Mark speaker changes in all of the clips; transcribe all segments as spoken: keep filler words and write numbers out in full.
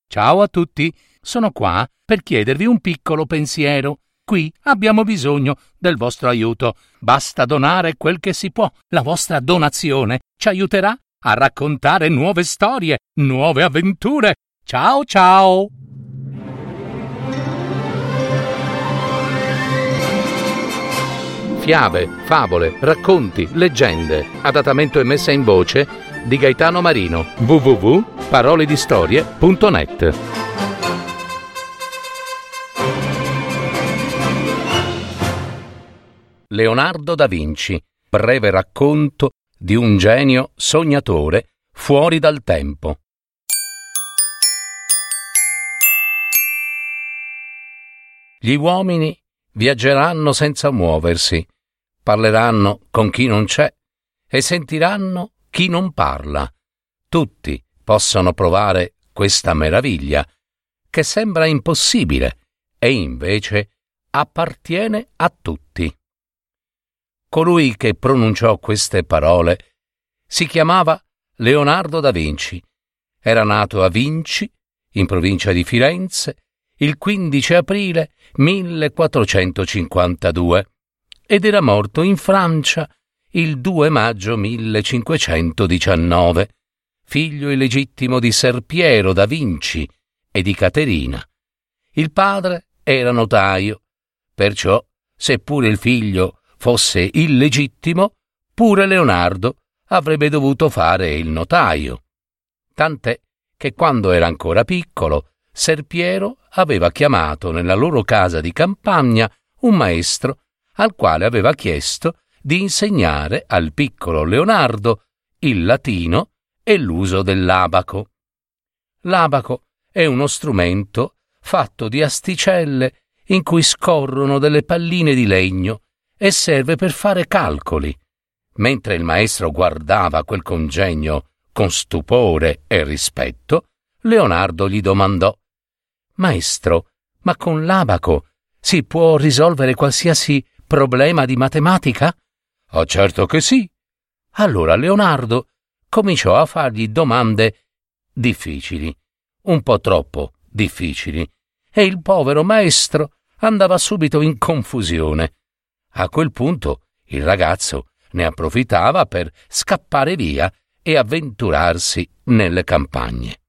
Speaker 1: Ciao a tutti, sono qua per chiedervi un piccolo pensiero. Qui abbiamo bisogno del vostro aiuto. Basta donare quel che si può. La vostra donazione ci aiuterà a raccontare nuove storie, nuove avventure. Ciao ciao! Fiabe, favole, racconti, leggende. Adattamento e messa in voce di Gaetano Marino. w w w punto paroledistorie punto net. Leonardo da Vinci, breve racconto di un genio sognatore fuori dal tempo. Gli uomini viaggeranno senza muoversi, parleranno con chi non c'è e sentiranno chi non parla. Tutti possono provare questa meraviglia, che sembra impossibile e invece appartiene a tutti. Colui che pronunciò queste parole si chiamava Leonardo da Vinci. Era nato a Vinci, in provincia di Firenze, il quindici aprile millequattrocentocinquantadue ed era morto in Francia il due maggio millecinquecentodiciannove, figlio illegittimo di Ser Piero da Vinci e di Caterina. Il padre era notaio, perciò, seppure il figlio fosse illegittimo, pure Leonardo avrebbe dovuto fare il notaio. Tant'è che quando era ancora piccolo, Ser Piero aveva chiamato nella loro casa di campagna un maestro al quale aveva chiesto di insegnare al piccolo Leonardo il latino e l'uso dell'abaco. L'abaco è uno strumento fatto di asticelle in cui scorrono delle palline di legno e serve per fare calcoli. Mentre il maestro guardava quel congegno con stupore e rispetto, Leonardo gli domandò: «Maestro, ma con l'abaco si può risolvere qualsiasi problema di matematica?» «Oh, certo che sì!» Allora Leonardo cominciò a fargli domande difficili, un po' troppo difficili, e il povero maestro andava subito in confusione. A quel punto il ragazzo ne approfittava per scappare via e avventurarsi nelle campagne.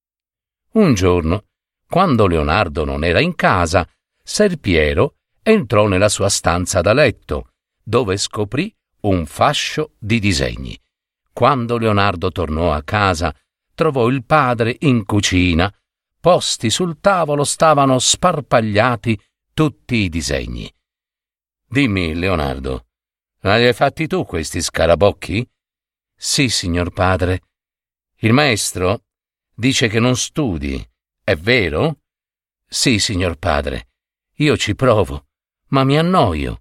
Speaker 1: Un giorno, quando Leonardo non era in casa, Ser Piero entrò nella sua stanza da letto, dove scoprì un fascio di disegni. Quando Leonardo tornò a casa, trovò il padre in cucina. Posti sul tavolo stavano sparpagliati tutti i disegni. «Dimmi, Leonardo, li hai fatti tu questi scarabocchi?» «Sì, signor padre». «Il maestro dice che non studi, è vero?» «Sì, signor padre, io ci provo, ma mi annoio».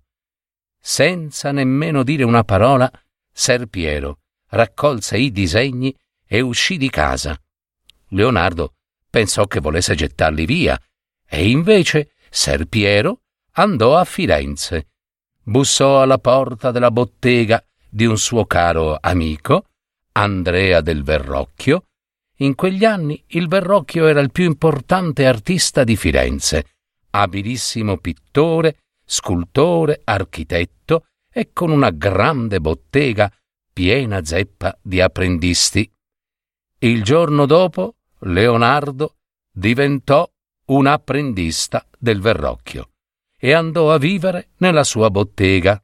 Speaker 1: Senza nemmeno dire una parola, Ser Piero raccolse i disegni e uscì di casa. Leonardo pensò che volesse gettarli via e invece Ser Piero andò a Firenze. Bussò alla porta della bottega di un suo caro amico, Andrea del Verrocchio. In quegli anni il Verrocchio era il più importante artista di Firenze, abilissimo pittore, scultore, architetto e con una grande bottega piena zeppa di apprendisti. Il giorno dopo Leonardo diventò un apprendista del Verrocchio e andò a vivere nella sua bottega.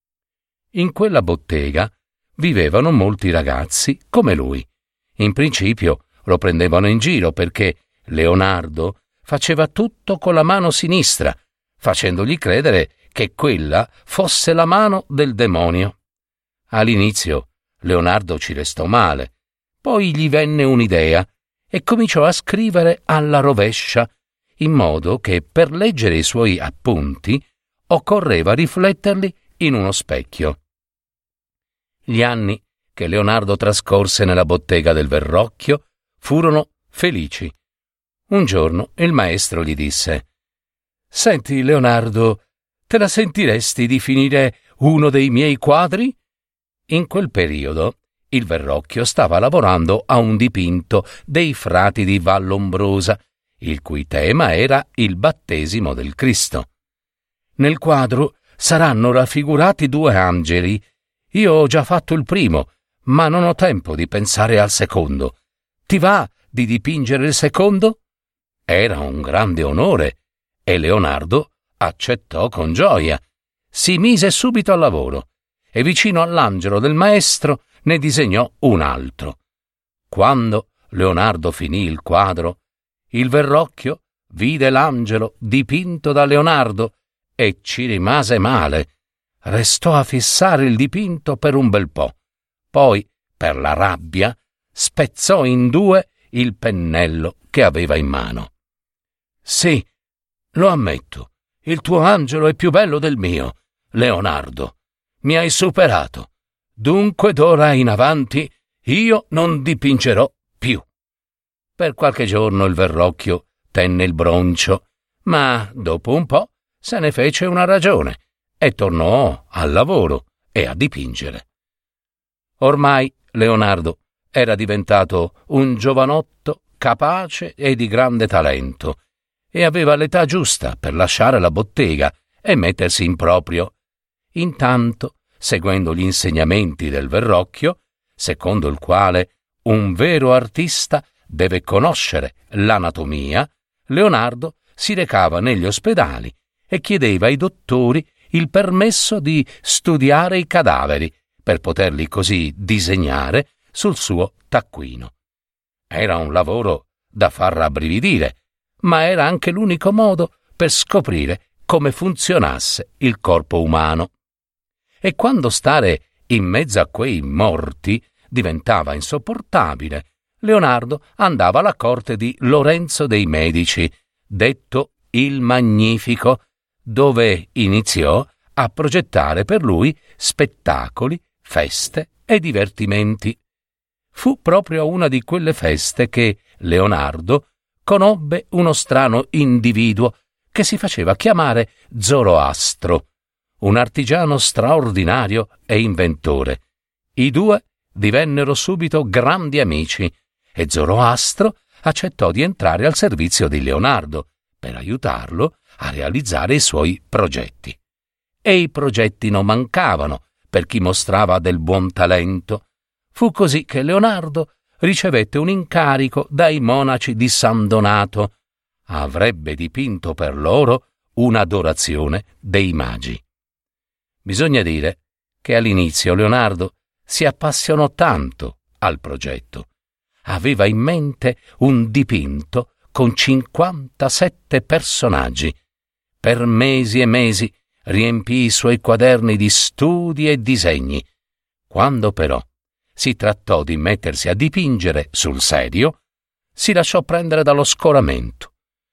Speaker 1: In quella bottega vivevano molti ragazzi come lui. In principio lo prendevano in giro perché Leonardo faceva tutto con la mano sinistra, facendogli credere che quella fosse la mano del demonio. All'inizio Leonardo ci restò male, poi gli venne un'idea e cominciò a scrivere alla rovescia, in modo che per leggere i suoi appunti occorreva rifletterli in uno specchio. Gli anni che Leonardo trascorse nella bottega del Verrocchio furono felici. Un giorno il maestro gli disse: «Senti, Leonardo, te la sentiresti di finire uno dei miei quadri?» In quel periodo il Verrocchio stava lavorando a un dipinto dei frati di Vallombrosa il cui tema era il battesimo del Cristo. Nel quadro saranno raffigurati due angeli. Io ho già fatto il primo, ma non ho tempo di pensare al secondo. Ti va di dipingere il secondo? Era un grande onore e Leonardo accettò con gioia. Si mise subito al lavoro e vicino all'angelo del maestro ne disegnò un altro. Quando Leonardo finì il quadro, il Verrocchio vide l'angelo dipinto da Leonardo e ci rimase male. Restò a fissare il dipinto per un bel po'. Poi, per la rabbia, spezzò in due il pennello che aveva in mano. «Sì, lo ammetto, il tuo angelo è più bello del mio, Leonardo. Mi hai superato. Dunque d'ora in avanti io non dipingerò più». Per qualche giorno il Verrocchio tenne il broncio, ma dopo un po' se ne fece una ragione e tornò al lavoro e a dipingere. Ormai Leonardo era diventato un giovanotto capace e di grande talento e aveva l'età giusta per lasciare la bottega e mettersi in proprio. Intanto, seguendo gli insegnamenti del Verrocchio, secondo il quale un vero artista deve conoscere l'anatomia, Leonardo si recava negli ospedali e chiedeva ai dottori il permesso di studiare i cadaveri per poterli così disegnare sul suo taccuino. Era un lavoro da far rabbrividire, ma era anche l'unico modo per scoprire come funzionasse il corpo umano. E quando stare in mezzo a quei morti diventava insopportabile, Leonardo andava alla corte di Lorenzo dei Medici, detto il Magnifico, dove iniziò a progettare per lui spettacoli, feste e divertimenti. Fu proprio a una di quelle feste che Leonardo conobbe uno strano individuo che si faceva chiamare Zoroastro, un artigiano straordinario e inventore. I due divennero subito grandi amici e Zoroastro accettò di entrare al servizio di Leonardo per aiutarlo a realizzare i suoi progetti. E i progetti non mancavano per chi mostrava del buon talento. Fu così che Leonardo ricevette un incarico dai monaci di San Donato. Avrebbe dipinto per loro un'adorazione dei magi. Bisogna dire che all'inizio Leonardo si appassionò tanto al progetto. Aveva in mente un dipinto con cinquantasette personaggi. Per mesi e mesi riempì i suoi quaderni di studi e disegni. Quando però si trattò di mettersi a dipingere sul serio, si lasciò prendere dallo scoramento.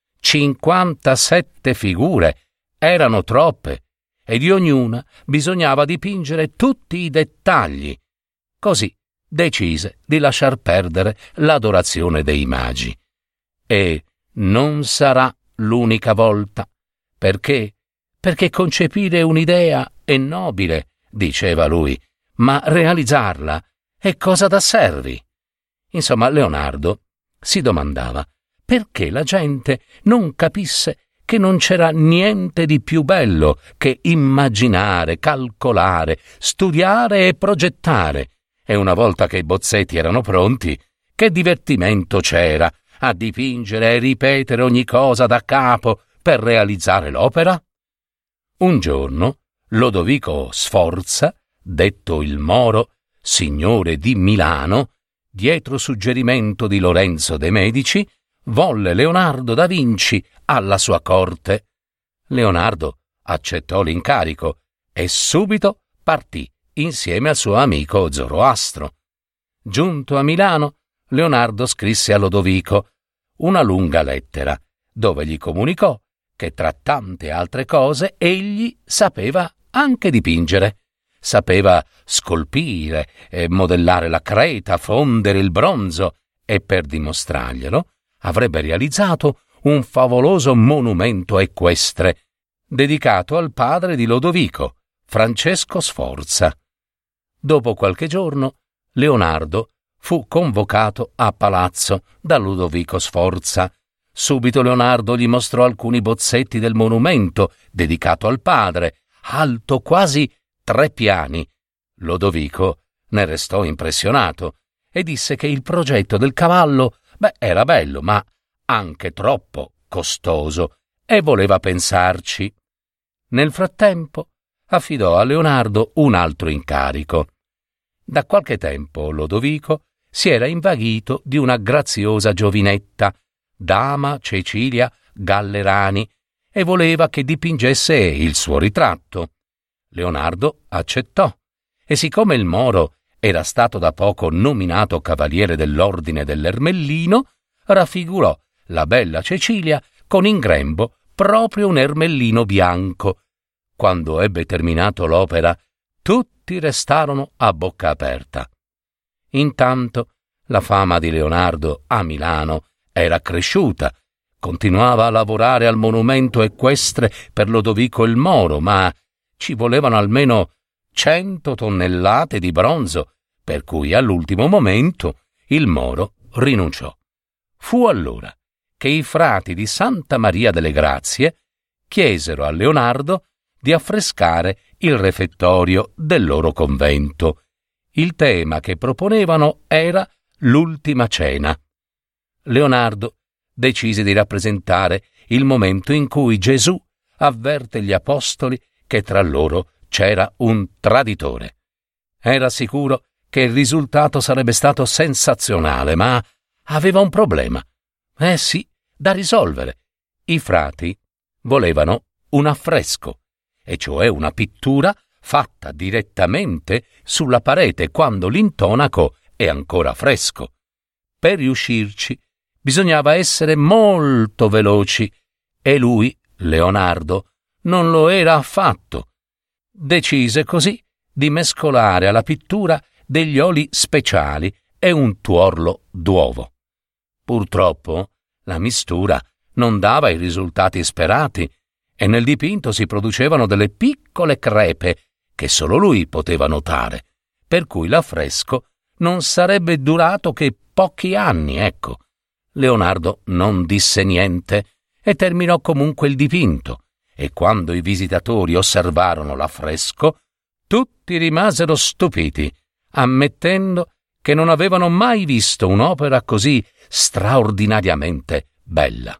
Speaker 1: cinquantasette figure erano troppe e di ognuna bisognava dipingere tutti i dettagli. Così decise di lasciar perdere l'adorazione dei magi. E non sarà l'unica volta. Perché? Perché concepire un'idea è nobile, diceva lui, ma realizzarla è cosa da servi. Insomma, Leonardo si domandava perché la gente non capisse che non c'era niente di più bello che immaginare, calcolare, studiare e progettare. E una volta che i bozzetti erano pronti, che divertimento c'era a dipingere e ripetere ogni cosa da capo per realizzare l'opera? Un giorno Lodovico Sforza, detto il Moro, signore di Milano, dietro suggerimento di Lorenzo de' Medici, volle Leonardo da Vinci alla sua corte. Leonardo accettò l'incarico e subito partì insieme al suo amico Zoroastro. Giunto a Milano, Leonardo scrisse a Lodovico una lunga lettera, dove gli comunicò che tra tante altre cose egli sapeva anche dipingere. Sapeva scolpire, e modellare la creta, fondere il bronzo e per dimostrarglielo avrebbe realizzato un favoloso monumento equestre dedicato al padre di Lodovico, Francesco Sforza. Dopo qualche giorno Leonardo fu convocato a palazzo da Lodovico Sforza, Subito Leonardo gli mostrò alcuni bozzetti del monumento dedicato al padre, alto quasi tre piani. Lodovico ne restò impressionato e disse che il progetto del cavallo, beh, era bello, ma anche troppo costoso, e voleva pensarci. Nel frattempo affidò a Leonardo un altro incarico. Da qualche tempo Lodovico si era invaghito di una graziosa giovinetta, dama Cecilia Gallerani, e voleva che dipingesse il suo ritratto. Leonardo accettò, e siccome il Moro era stato da poco nominato cavaliere dell'Ordine dell'Ermellino, raffigurò la bella Cecilia con in grembo proprio un ermellino bianco. Quando ebbe terminato l'opera, tutti restarono a bocca aperta. Intanto la fama di Leonardo a Milano era cresciuta. Continuava a lavorare al monumento equestre per Lodovico il Moro, ma ci volevano almeno cento tonnellate di bronzo, per cui all'ultimo momento il Moro rinunciò. Fu allora che i frati di Santa Maria delle Grazie chiesero a Leonardo di affrescare il refettorio del loro convento. Il tema che proponevano era l'Ultima Cena. Leonardo decise di rappresentare il momento in cui Gesù avverte gli apostoli che tra loro c'era un traditore. Era sicuro che il risultato sarebbe stato sensazionale, ma aveva un problema. Eh sì, da risolvere. I frati volevano un affresco, e cioè una pittura fatta direttamente sulla parete quando l'intonaco è ancora fresco. Per riuscirci bisognava essere molto veloci, e lui, Leonardo, non lo era affatto. Decise così di mescolare alla pittura degli oli speciali e un tuorlo d'uovo. Purtroppo la mistura non dava i risultati sperati e nel dipinto si producevano delle piccole crepe che solo lui poteva notare, per cui l'affresco non sarebbe durato che pochi anni, ecco. Leonardo non disse niente e terminò comunque il dipinto, e quando i visitatori osservarono l'affresco, tutti rimasero stupiti, ammettendo che non avevano mai visto un'opera così straordinariamente bella.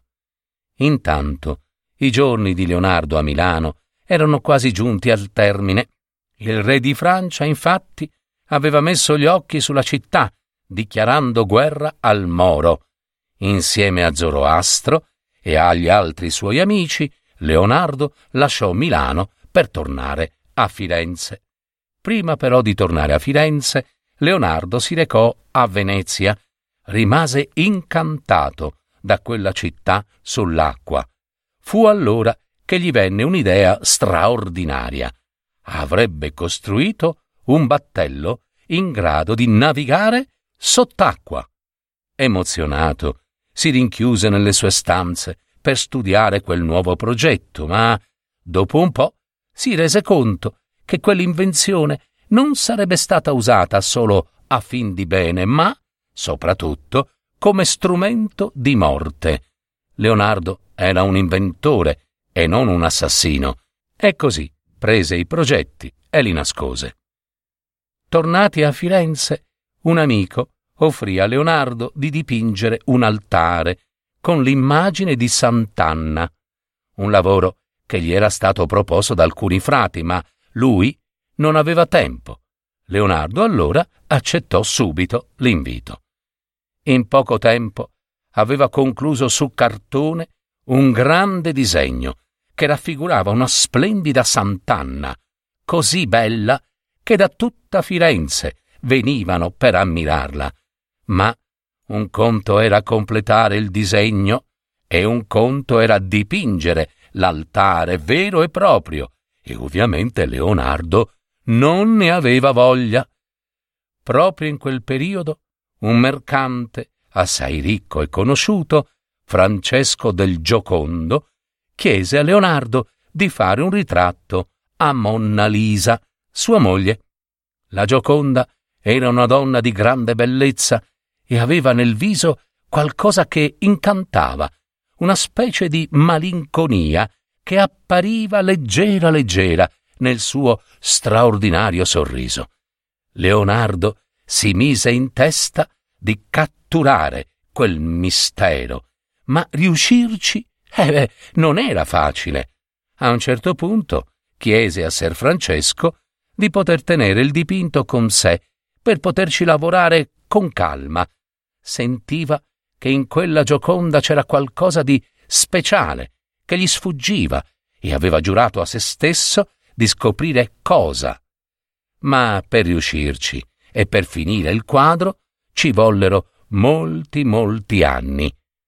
Speaker 1: Intanto, i giorni di Leonardo a Milano erano quasi giunti al termine. Il re di Francia, infatti, aveva messo gli occhi sulla città, dichiarando guerra al Moro. Insieme a Zoroastro e agli altri suoi amici, Leonardo lasciò Milano per tornare a Firenze. Prima però di tornare a Firenze, Leonardo si recò a Venezia. Rimase incantato da quella città sull'acqua. Fu allora che gli venne un'idea straordinaria. Avrebbe costruito un battello in grado di navigare sott'acqua. Emozionato, si rinchiuse nelle sue stanze per studiare quel nuovo progetto, ma dopo un po' si rese conto che quell'invenzione non sarebbe stata usata solo a fin di bene, ma soprattutto come strumento di morte. Leonardo era un inventore e non un assassino, e così prese i progetti e li nascose. Tornati a Firenze, un amico offrì a Leonardo di dipingere un altare con l'immagine di Sant'Anna, un lavoro che gli era stato proposto da alcuni frati, ma lui non aveva tempo. Leonardo allora accettò subito l'invito. In poco tempo aveva concluso su cartone un grande disegno che raffigurava una splendida Sant'Anna, così bella che da tutta Firenze venivano per ammirarla. Ma un conto era completare il disegno e un conto era dipingere l'altare vero e proprio, e ovviamente Leonardo non ne aveva voglia. Proprio in quel periodo un mercante assai ricco e conosciuto, Francesco del Giocondo, chiese a Leonardo di fare un ritratto a Monna Lisa, sua moglie. La Gioconda era una donna di grande bellezza e aveva nel viso qualcosa che incantava, una specie di malinconia che appariva leggera leggera nel suo straordinario sorriso. Leonardo si mise in testa di catturare quel mistero, ma riuscirci eh, non era facile. A un certo punto chiese a Ser Francesco di poter tenere il dipinto con sé per poterci lavorare con calma. Sentiva che in quella Gioconda c'era qualcosa di speciale che gli sfuggiva e aveva giurato a se stesso di scoprire cosa. Ma per riuscirci e per finire il quadro ci vollero molti, molti anni.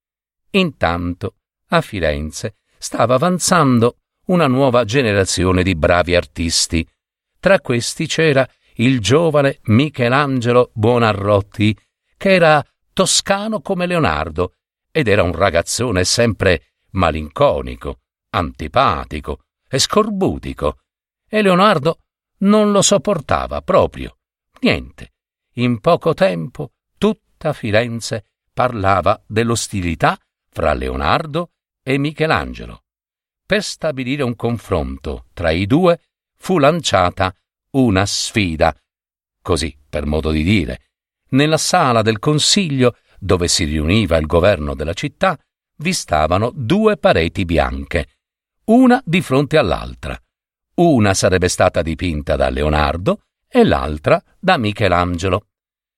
Speaker 1: Intanto, a Firenze stava avanzando una nuova generazione di bravi artisti. Tra questi c'era il giovane Michelangelo Buonarroti, che era toscano come Leonardo ed era un ragazzone sempre malinconico, antipatico e scorbutico, e Leonardo non lo sopportava proprio. Niente. In poco tempo tutta Firenze parlava dell'ostilità fra Leonardo e Michelangelo. Per stabilire un confronto tra i due fu lanciata una sfida, così per modo di dire. Nella sala del consiglio, dove si riuniva il governo della città, vi stavano due pareti bianche, una di fronte all'altra. Una sarebbe stata dipinta da Leonardo e l'altra da Michelangelo.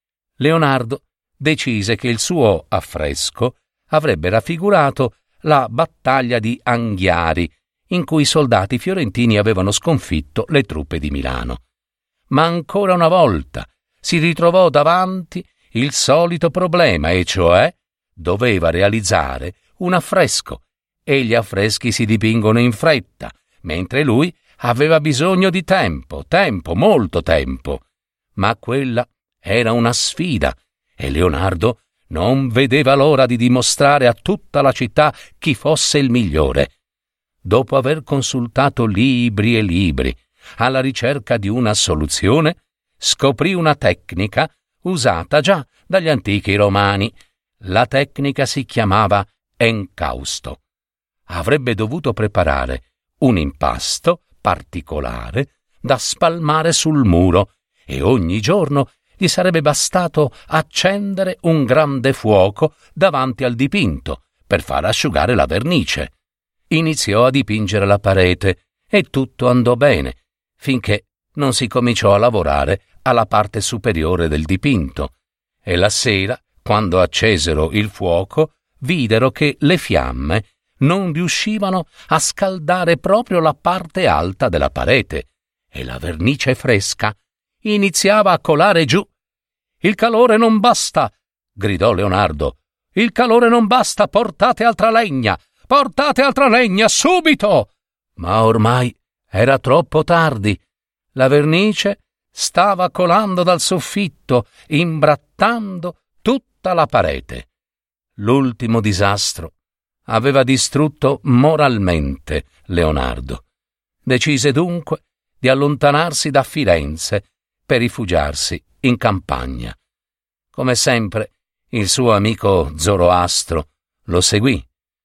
Speaker 1: Leonardo decise che il suo affresco avrebbe raffigurato la battaglia di Anghiari, in cui i soldati fiorentini avevano sconfitto le truppe di Milano. Ma ancora una volta si ritrovò davanti il solito problema, e cioè doveva realizzare un affresco, e gli affreschi si dipingono in fretta, mentre lui aveva bisogno di tempo, tempo, molto tempo. Ma quella era una sfida, e Leonardo non vedeva l'ora di dimostrare a tutta la città chi fosse il migliore. Dopo aver consultato libri e libri alla ricerca di una soluzione, scoprì una tecnica usata già dagli antichi romani. La tecnica si chiamava encausto. Avrebbe dovuto preparare un impasto particolare da spalmare sul muro, e ogni giorno gli sarebbe bastato accendere un grande fuoco davanti al dipinto per far asciugare la vernice. Iniziò a dipingere la parete e tutto andò bene, finché non si cominciò a lavorare alla parte superiore del dipinto, e la sera, quando accesero il fuoco, videro che le fiamme non riuscivano a scaldare proprio la parte alta della parete, e la vernice fresca iniziava a colare giù. «Il calore non basta!» gridò Leonardo. «Il calore non basta! Portate altra legna! Portate altra legna, subito!» Ma ormai era troppo tardi. La vernice stava colando dal soffitto, imbrattando tutta la parete. L'ultimo disastro aveva distrutto moralmente Leonardo. Decise dunque di allontanarsi da Firenze per rifugiarsi in campagna. Come sempre, il suo amico Zoroastro lo seguì.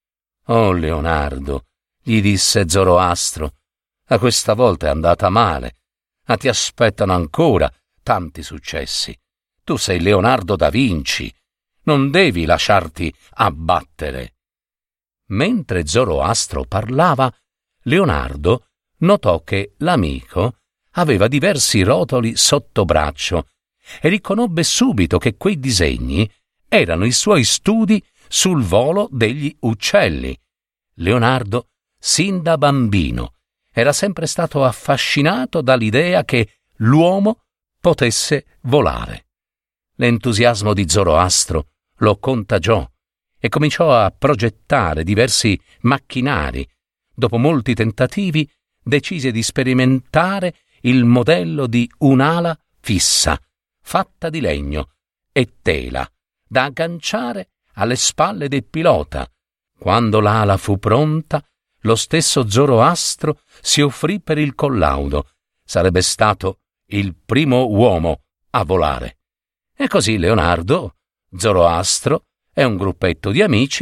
Speaker 1: «Oh, Leonardo», gli disse Zoroastro, «a questa volta è andata male, ma ti aspettano ancora tanti successi. Tu sei Leonardo da Vinci, non devi lasciarti abbattere». Mentre Zoroastro parlava, Leonardo notò che l'amico aveva diversi rotoli sotto braccio e riconobbe subito che quei disegni erano i suoi studi sul volo degli uccelli. Leonardo, sin da bambino, era sempre stato affascinato dall'idea che l'uomo potesse volare. L'entusiasmo di Zoroastro lo contagiò e cominciò a progettare diversi macchinari. Dopo molti tentativi, decise di sperimentare il modello di un'ala fissa, fatta di legno e tela, da agganciare alle spalle del pilota. Quando l'ala fu pronta, lo stesso Zoroastro si offrì per il collaudo. Sarebbe stato il primo uomo a volare. E così Leonardo, Zoroastro e un gruppetto di amici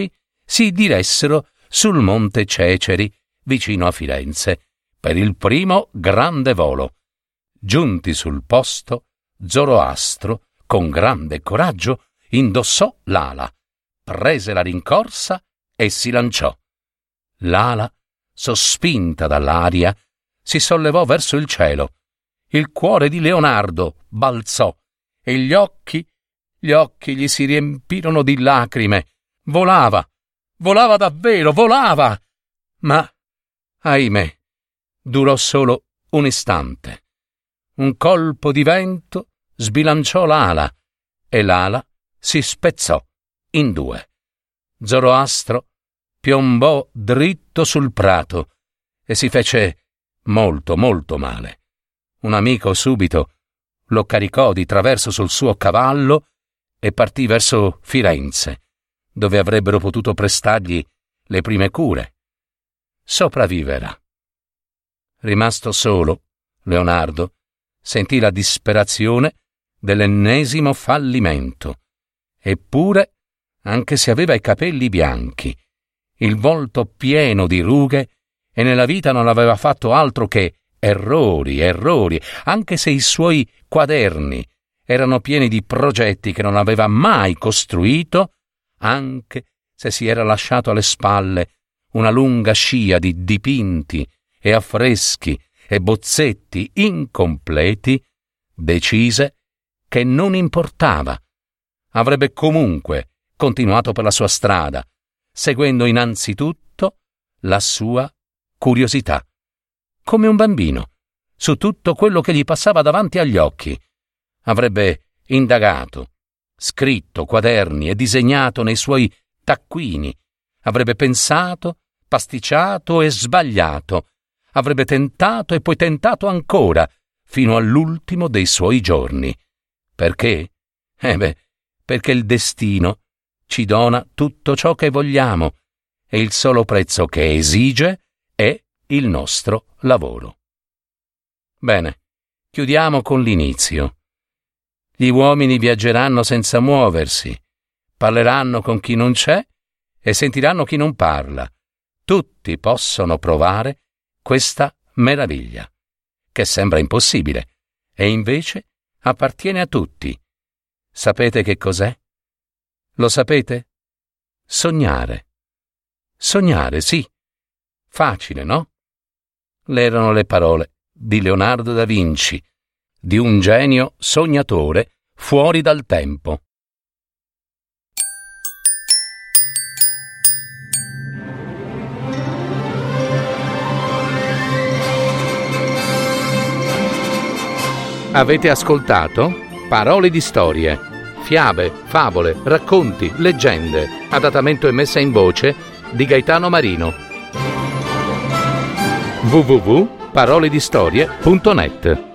Speaker 1: si diressero sul monte Ceceri, vicino a Firenze, per il primo grande volo. Giunti sul posto, Zoroastro, con grande coraggio, indossò l'ala, prese la rincorsa e si lanciò. L'ala, sospinta dall'aria, si sollevò verso il cielo. Il cuore di Leonardo balzò e gli occhi, gli occhi gli si riempirono di lacrime. Volava, volava davvero, volava! Ma, ahimè, durò solo un istante. Un colpo di vento sbilanciò l'ala e l'ala si spezzò in due. Zoroastro piombò dritto sul prato e si fece molto, molto male. Un amico subito lo caricò di traverso sul suo cavallo e partì verso Firenze, dove avrebbero potuto prestargli le prime cure. Sopravviverà. Rimasto solo, Leonardo sentì la disperazione dell'ennesimo fallimento. Eppure, anche se aveva i capelli bianchi, il volto pieno di rughe e nella vita non aveva fatto altro che errori, errori, anche se i suoi quaderni erano pieni di progetti che non aveva mai costruito, anche se si era lasciato alle spalle una lunga scia di dipinti e affreschi e bozzetti incompleti, decise che non importava. Avrebbe comunque continuato per la sua strada, seguendo innanzitutto la sua curiosità, come un bambino, su tutto quello che gli passava davanti agli occhi. Avrebbe indagato, scritto quaderni e disegnato nei suoi taccuini, avrebbe pensato, pasticciato e sbagliato, avrebbe tentato e poi tentato ancora, fino all'ultimo dei suoi giorni. Perché? Eh beh, perché il destino ci dona tutto ciò che vogliamo e il solo prezzo che esige è il nostro lavoro. Bene, chiudiamo con l'inizio. Gli uomini viaggeranno senza muoversi, parleranno con chi non c'è e sentiranno chi non parla. Tutti possono provare questa meraviglia, che sembra impossibile, e invece appartiene a tutti. Sapete che cos'è? Lo sapete? Sognare. Sognare, sì. Facile, no? Le erano le parole di Leonardo da Vinci, di un genio sognatore fuori dal tempo. Avete ascoltato Parole di storie, fiabe, favole, racconti, leggende, adattamento e messa in voce di Gaetano Marino. w w w punto paroledistorie punto net